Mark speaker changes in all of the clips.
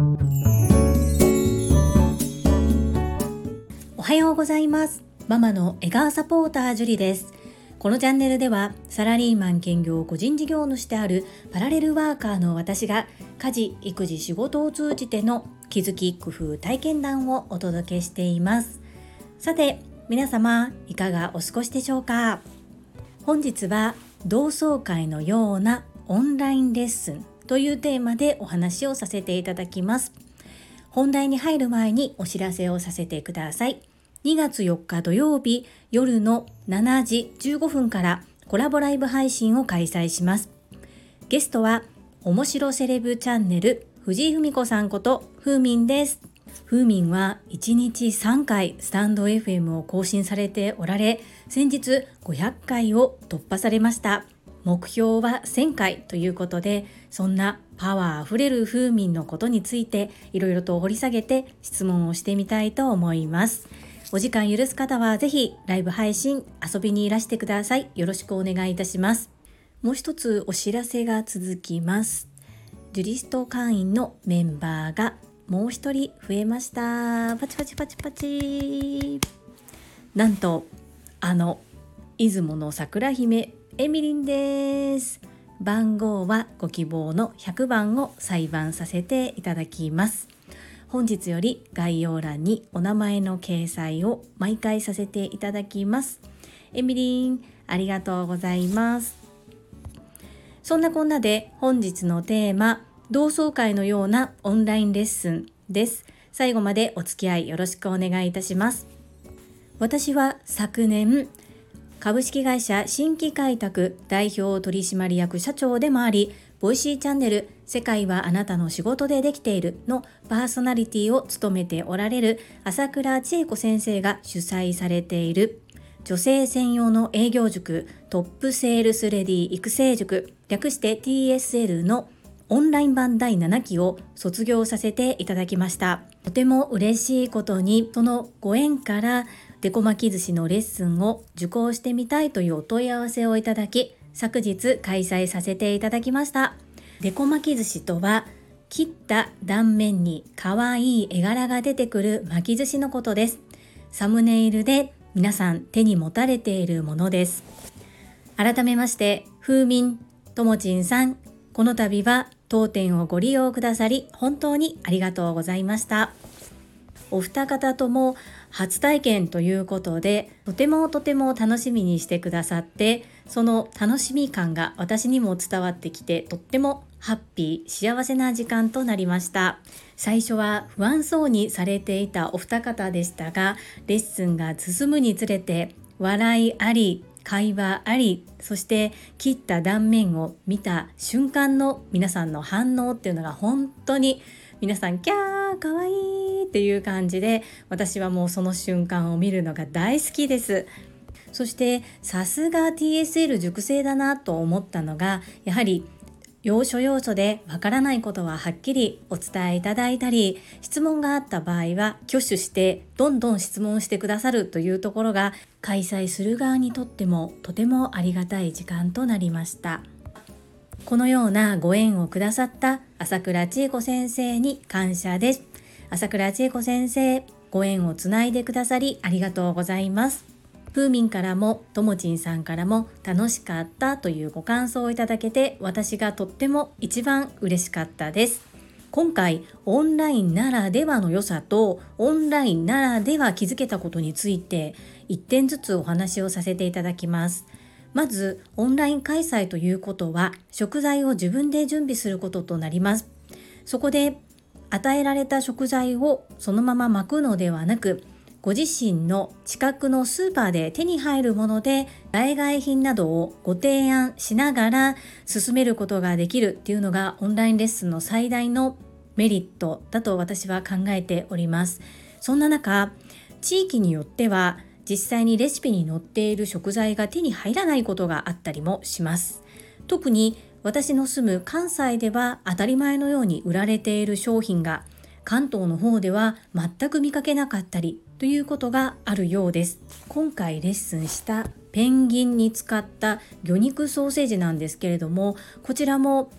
Speaker 1: おはようございます。ママの笑顔サポータージュリです。このチャンネルではサラリーマン兼業個人事業主であるパラレルワーカーの私が家事・育児・仕事を通じての気づき・工夫・体験談をお届けしています。さて皆様いかがお過ごしでしょうか。本日は同窓会のようなオンラインレッスンというテーマでお話をさせていただきます。本題に入る前にお知らせをさせてください。2月4日土曜日夜の7時15分からコラボライブ配信を開催します。ゲストは面白セレブチャンネル藤井文子さんことふーみんです。ふーみんは1日3回スタンド FM を更新されておられ、先日500回を突破されました。目標は1000回ということで、そんなパワーあふれるふーみんのことについていろいろと掘り下げて質問をしてみたいと思います。お時間許す方はぜひライブ配信遊びにいらしてください。よろしくお願いいたします。もう一つお知らせが続きます。ジュリスト会員のメンバーがもう一人増えました。パチパチパチパチ。なんと出雲の桜姫エミリンです。番号はご希望の100番を採番させていただきます。本日より概要欄にお名前の掲載を毎回させていただきます。エミリン、ありがとうございます。そんなこんなで本日のテーマ、同窓会のようなオンラインレッスンです。最後までお付き合いよろしくお願いいたします。私は昨年、株式会社新規開拓代表取締役社長でもあり、ボイシーチャンネル世界はあなたの仕事でできているのパーソナリティを務めておられる朝倉千恵子先生が主催されている女性専用の営業塾トップセールスレディ育成塾、略して TSL のオンライン版第7期を卒業させていただきました。とても嬉しいことに、そのご縁からデコ巻き寿司のレッスンを受講してみたいというお問い合わせをいただき、昨日開催させていただきました。デコ巻き寿司とは、切った断面に可愛い絵柄が出てくる巻き寿司のことです。サムネイルで皆さん手に持たれているものです。改めまして、ふーみん、ともちんさん、この度は当店をご利用くださり本当にありがとうございました。お二方とも初体験ということで、とても楽しみにしてくださって、その楽しみ感が私にも伝わってきて、とってもハッピー幸せな時間となりました。最初は不安そうにされていたお二方でしたが、レッスンが進むにつれて笑いあり会話あり、そして切った断面を見た瞬間の皆さんの反応っていうのが本当に皆さんキャーかわいいっていう感じで、私はもうその瞬間を見るのが大好きです。そしてさすが TSL 塾生だなと思ったのが、やはり要所要所でわからないことははっきりお伝えいただいたり、質問があった場合は挙手してどんどん質問してくださるというところが、開催する側にとってもとてもありがたい時間となりました。このようなご縁をくださった朝倉千恵子先生に感謝です。朝倉千恵子先生、ご縁をつないでくださりありがとうございます。ふーみんからもともちんさんからも楽しかったというご感想をいただけて、私がとっても一番嬉しかったです。今回オンラインならではの良さとオンラインならでは気づけたことについて1点ずつお話をさせていただきます。まずオンライン開催ということは食材を自分で準備することとなります。そこで与えられた食材をそのまま巻くのではなく、ご自身の近くのスーパーで手に入るもので代替品などをご提案しながら進めることができるっていうのがオンラインレッスンの最大のメリットだと私は考えております。そんな中、地域によっては実際にレシピに載っている食材が手に入らないことがあったりもします。特に私の住む関西では当たり前のように売られている商品が関東の方では全く見かけなかったりということがあるようです。今回レッスンしたペンギンに使った魚肉ソーセージなんですけれども、こちらも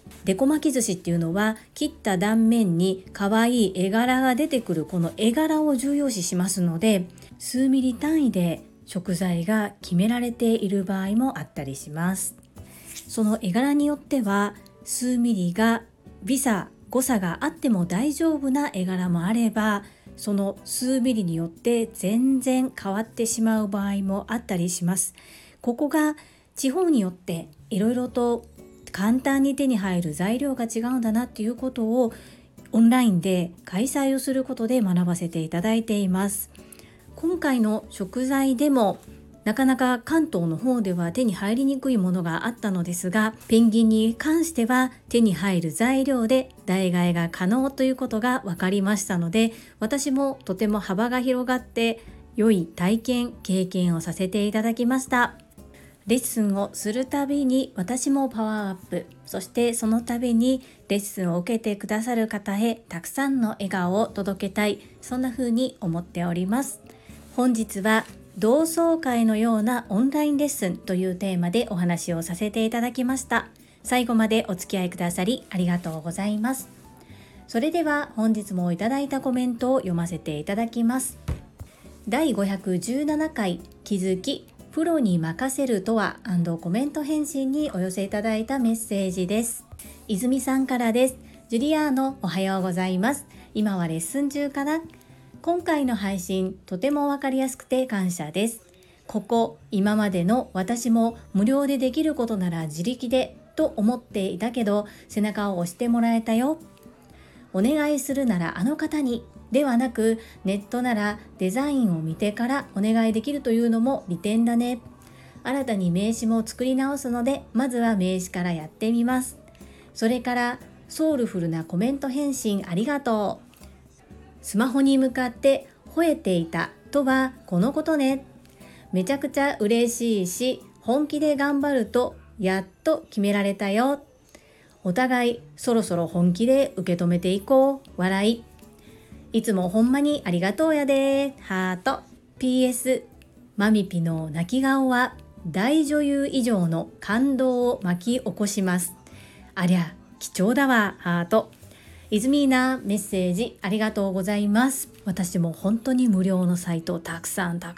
Speaker 1: デコ巻き寿司っていうのは切った断面に可愛い絵柄が出てくる、この絵柄を重要視しますので、数ミリ単位で食材が決められている場合もあったりします。その絵柄によっては数ミリが微差誤差があっても大丈夫な絵柄もあれば、その数ミリによって全然変わってしまう場合もあったりします。ここが地方によっていろいろと簡単に手に入る材料が違うんだなっていうことをオンラインで開催をすることで学ばせていただいています。今回の食材でもなかなか関東の方では手に入りにくいものがあったのですが、ペンギンに関しては手に入る材料で代替えが可能ということが分かりましたので、私もとても幅が広がって良い体験経験をさせていただきました。レッスンをするたびに私もパワーアップ、そしてその度にレッスンを受けてくださる方へたくさんの笑顔を届けたい、そんな風に思っております。本日は同窓会のようなオンラインレッスンというテーマでお話をさせていただきました。最後までお付き合いくださりありがとうございます。それでは本日もいただいたコメントを読ませていただきます。第517回気づきプロに任せるとは&コメント返信にお寄せいただいたメッセージです。泉さんからです。ジュリアーノ、おはようございます。今はレッスン中かな。今回の配信とてもわかりやすくて感謝です。今までの私も無料でできることなら自力でと思っていたけど、背中を押してもらえたよ。お願いするならあの方にではなく、ネットならデザインを見てからお願いできるというのも利点だね。新たに名刺も作り直すので、まずは名刺からやってみます。それからソウルフルなコメント返信ありがとう。スマホに向かって吠えていたとはこのことね。めちゃくちゃ嬉しいし、本気で頑張るとやっと決められたよ。お互いそろそろ本気で受け止めていこう。笑い。いつもほんまにありがとうやで。ハート。PS マミピの泣き顔は大女優以上の感動を巻き起こします。ありゃ貴重だわ。ハート。イズミーナ、メッセージありがとうございます。私も本当に無料のサイトをたくさん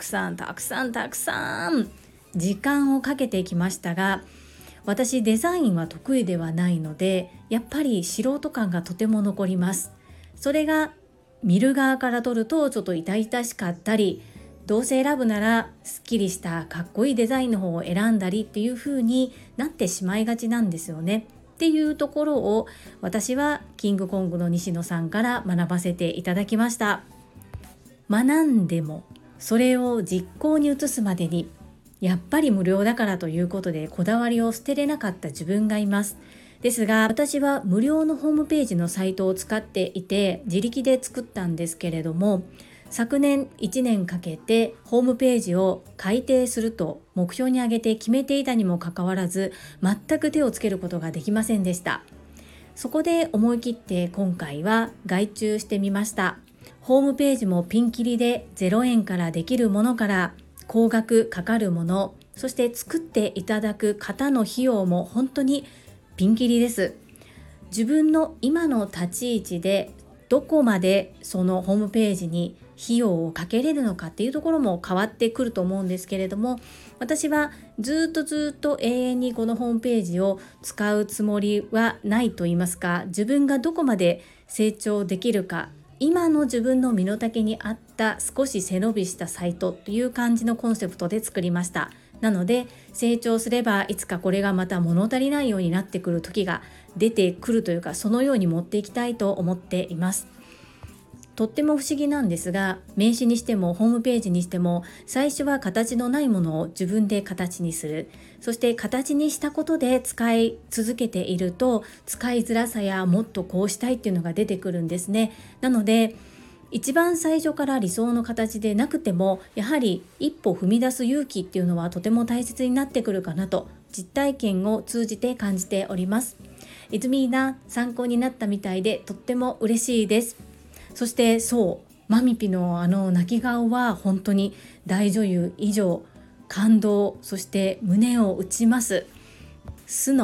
Speaker 1: 時間をかけてきましたが、私デザインは得意ではないので、やっぱり素人感がとても残ります。それが見る側から撮るとちょっと痛々しかったり、どうせ選ぶならすっきりしたかっこいいデザインの方を選んだりっていう風になってしまいがちなんですよね。っていうところを私はキングコングの西野さんから学ばせていただきました。学んでもそれを実行に移すまでにやっぱり無料だからということでこだわりを捨てれなかった自分がいます。ですが私は無料のホームページのサイトを使っていて自力で作ったんですけれども、昨年1年かけてホームページを改訂すると目標に挙げて決めていたにもかかわらず、全く手をつけることができませんでした。そこで思い切って今回は外注してみました。ホームページもピンキリで0円からできるものから高額かかるもの、そして作っていただく方の費用も本当にピンキリです。自分の今の立ち位置でどこまでそのホームページに費用をかけれるのかっていうところも変わってくると思うんですけれども、私はずっと永遠にこのホームページを使うつもりはないと言いますか、自分がどこまで成長できるか、今の自分の身の丈に合った少し背伸びしたサイトという感じのコンセプトで作りました。なので成長すればいつかこれがまた物足りないようになってくる時が出てくるというか、そのように持っていきたいと思っています。とっても不思議なんですが、名刺にしてもホームページにしても最初は形のないものを自分で形にする。そして形にしたことで使い続けていると使いづらさやもっとこうしたいっていうのが出てくるんですね。なので一番最初から理想の形でなくても、やはり一歩踏み出す勇気っていうのはとても大切になってくるかなと実体験を通じて感じております。イズミーナ、参考になったみたいでとっても嬉しいです。そしてマミピの泣き顔は本当に大女優以上感動、そして胸を打ちます。素の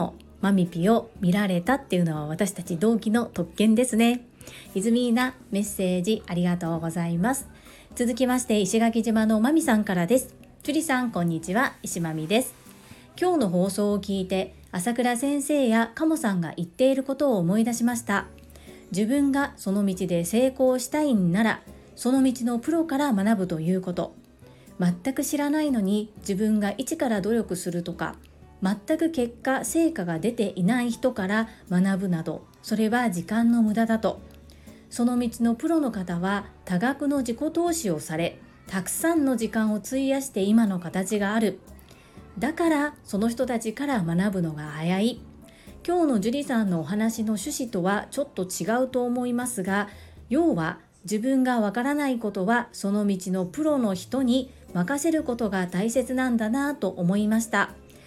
Speaker 1: マミピを見られたっていうのは私たち同期の特権ですね。イズミーナ、メッセージありがとうございます。続きまして石垣島のマミさんからです。ジュリさんこんにちは、石まみです。今日の放送を聞いて朝倉先生やカモさんが言っていることを思い出しました。自分がその道で成功したいんならその道のプロから学ぶということ。全く知らないのに自分が一から努力するとか、全く結果成果が出ていない人から学ぶなど、それは時間の無駄だと。その道のプロの方は多額の自己投資をされ、たくさんの時間を費やして今の形がある。だからその人たちから学ぶのが早い。今日のジュリさんのお話の趣旨とはちょっと違うと思いますが、要は自分がわからないことはその道のプロの人に任せることが大切なんだなと思いました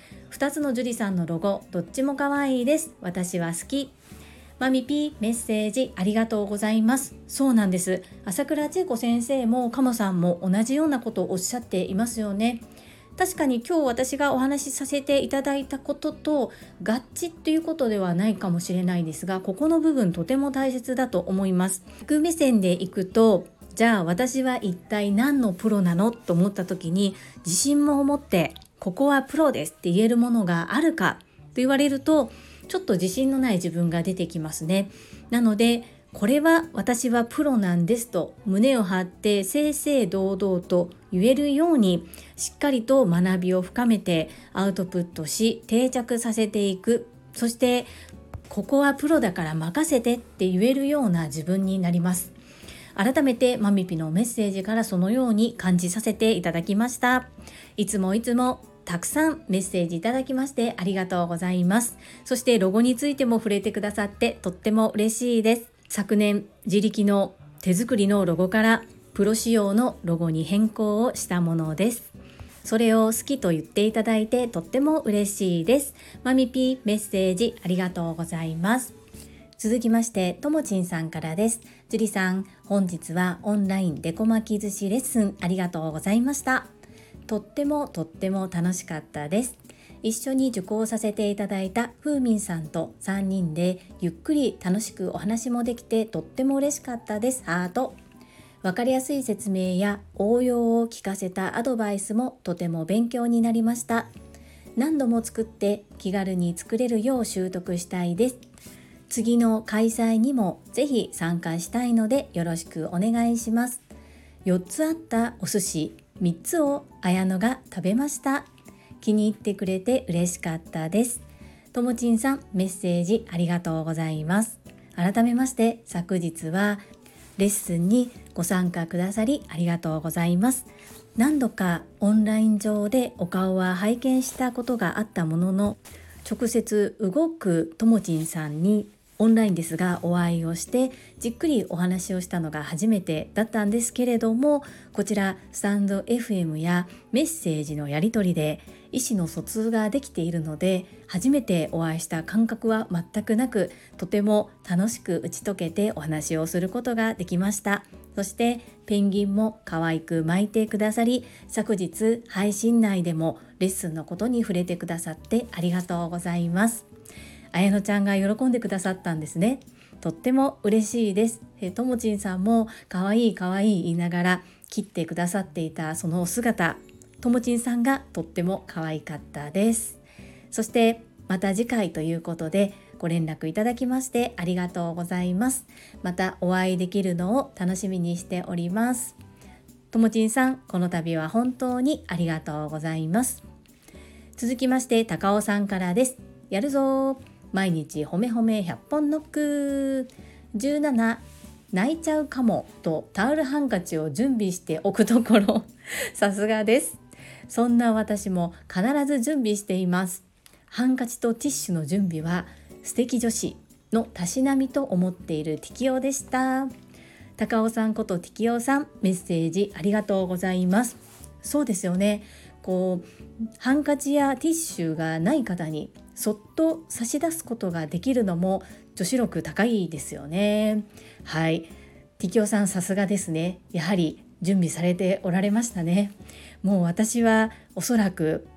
Speaker 1: 。2つのジュリさんのロゴ、どっちも可愛いです。私は好き。マミピー、メッセージありがとうございます。そうなんです。朝倉千恵子先生もカモさんも同じようなことをおっしゃっていますよね。確かに今日私がお話しさせていただいたことと合致っていうことではないかもしれないですが、ここの部分とても大切だと思います。逆目線でいくと、じゃあ私は一体何のプロなのと思った時に、自信も持ってここはプロですって言えるものがあるかと言われると、ちょっと自信のない自分が出てきますね。なのでこれは私はプロなんですと胸を張って正々堂々と言えるように、しっかりと学びを深めてアウトプットし定着させていく。そしてここはプロだから任せてって言えるような自分になります。改めてマミピのメッセージからそのように感じさせていただきました。いつもたくさんメッセージいただきましてありがとうございます。そしてロゴについても触れてくださってとっても嬉しいです。昨年自力の手作りのロゴからプロ仕様のロゴに変更をしたものです。それを好きと言っていただいてとっても嬉しいです。マミピー、メッセージありがとうございます。続きましてともちんさんからです。ジュリさん、本日はオンラインデコ巻き寿司レッスンありがとうございました。とっても楽しかったです。一緒に受講させていただいたふうみんさんと3人でゆっくり楽しくお話もできてとっても嬉しかったです。ハート。わかりやすい説明や応用を聞かせたアドバイスもとても勉強になりました。何度も作って気軽に作れるよう習得したいです。次の開催にもぜひ参加したいのでよろしくお願いします。4つあったお寿司3つを綾乃が食べました。気に入ってくれて嬉しかったです。ともちんさん、メッセージありがとうございます。改めまして昨日はレッスンにご参加くださりありがとうございます。何度かオンライン上でお顔は拝見したことがあったものの、直接動くともちんさんにオンラインですがお会いをしてじっくりお話をしたのが初めてだったんですけれども、こちらスタンド FM やメッセージのやり取りで意思の疎通ができているので、初めてお会いした感覚は全くなく、とても楽しく打ち解けてお話をすることができました。そしてペンギンも可愛く巻いてくださり、昨日配信内でもレッスンのことに触れてくださってありがとうございます。綾乃ちゃんが喜んでくださったんですね。とっても嬉しいです。ともちんさんも可愛い可愛い言いながら切ってくださっていたその姿、ともちんさんがとっても可愛かったです。そしてまた次回ということでご連絡いただきましてありがとうございます。またお会いできるのを楽しみにしております。ともちんさん、この度は本当にありがとうございます。続きまして高尾さんからです。やるぞ、毎日褒め褒め100本ノック。17、泣いちゃうかもとタオルハンカチを準備しておくところさすがです。そんな私も必ず準備しています。ハンカチとティッシュの準備は素敵女子のたしなみと思っているティキオでした。高尾さんことティキオさん、メッセージありがとうございます。そうですよね。ハンカチやティッシュがない方にそっと差し出すことができるのも女子力高いですよね。はい、ティキオさんさすがですね。やはり準備されておられましたね。もう私はおそらく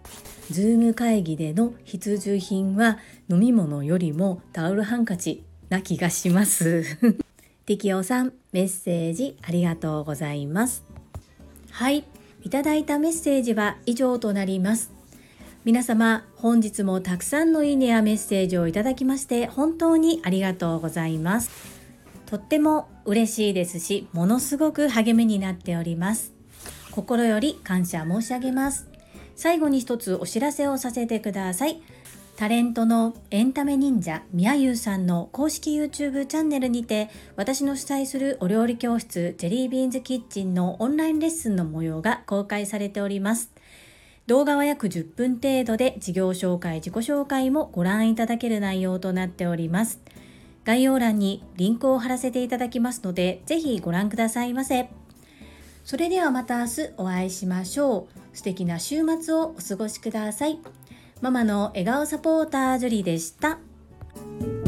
Speaker 1: Zoom 会議での必需品は飲み物よりもタオルハンカチな気がしますテキオさん、メッセージありがとうございます。はい、いただいたメッセージは以上となります。皆様、本日もたくさんのいいねやメッセージをいただきまして本当にありがとうございます。とっても嬉しいですし、ものすごく励みになっております。心より感謝申し上げます。最後に一つお知らせをさせてください。タレントのエンタメ忍者みやゆうさんの公式 YouTube チャンネルにて、私の主催するお料理教室ジェリービーンズキッチンのオンラインレッスンの模様が公開されております。動画は約10分程度で、事業紹介、自己紹介もご覧いただける内容となっております。概要欄にリンクを貼らせていただきますので、ぜひご覧くださいませ。それではまた明日お会いしましょう。素敵な週末をお過ごしください。ママの笑顔サポータージュリでした。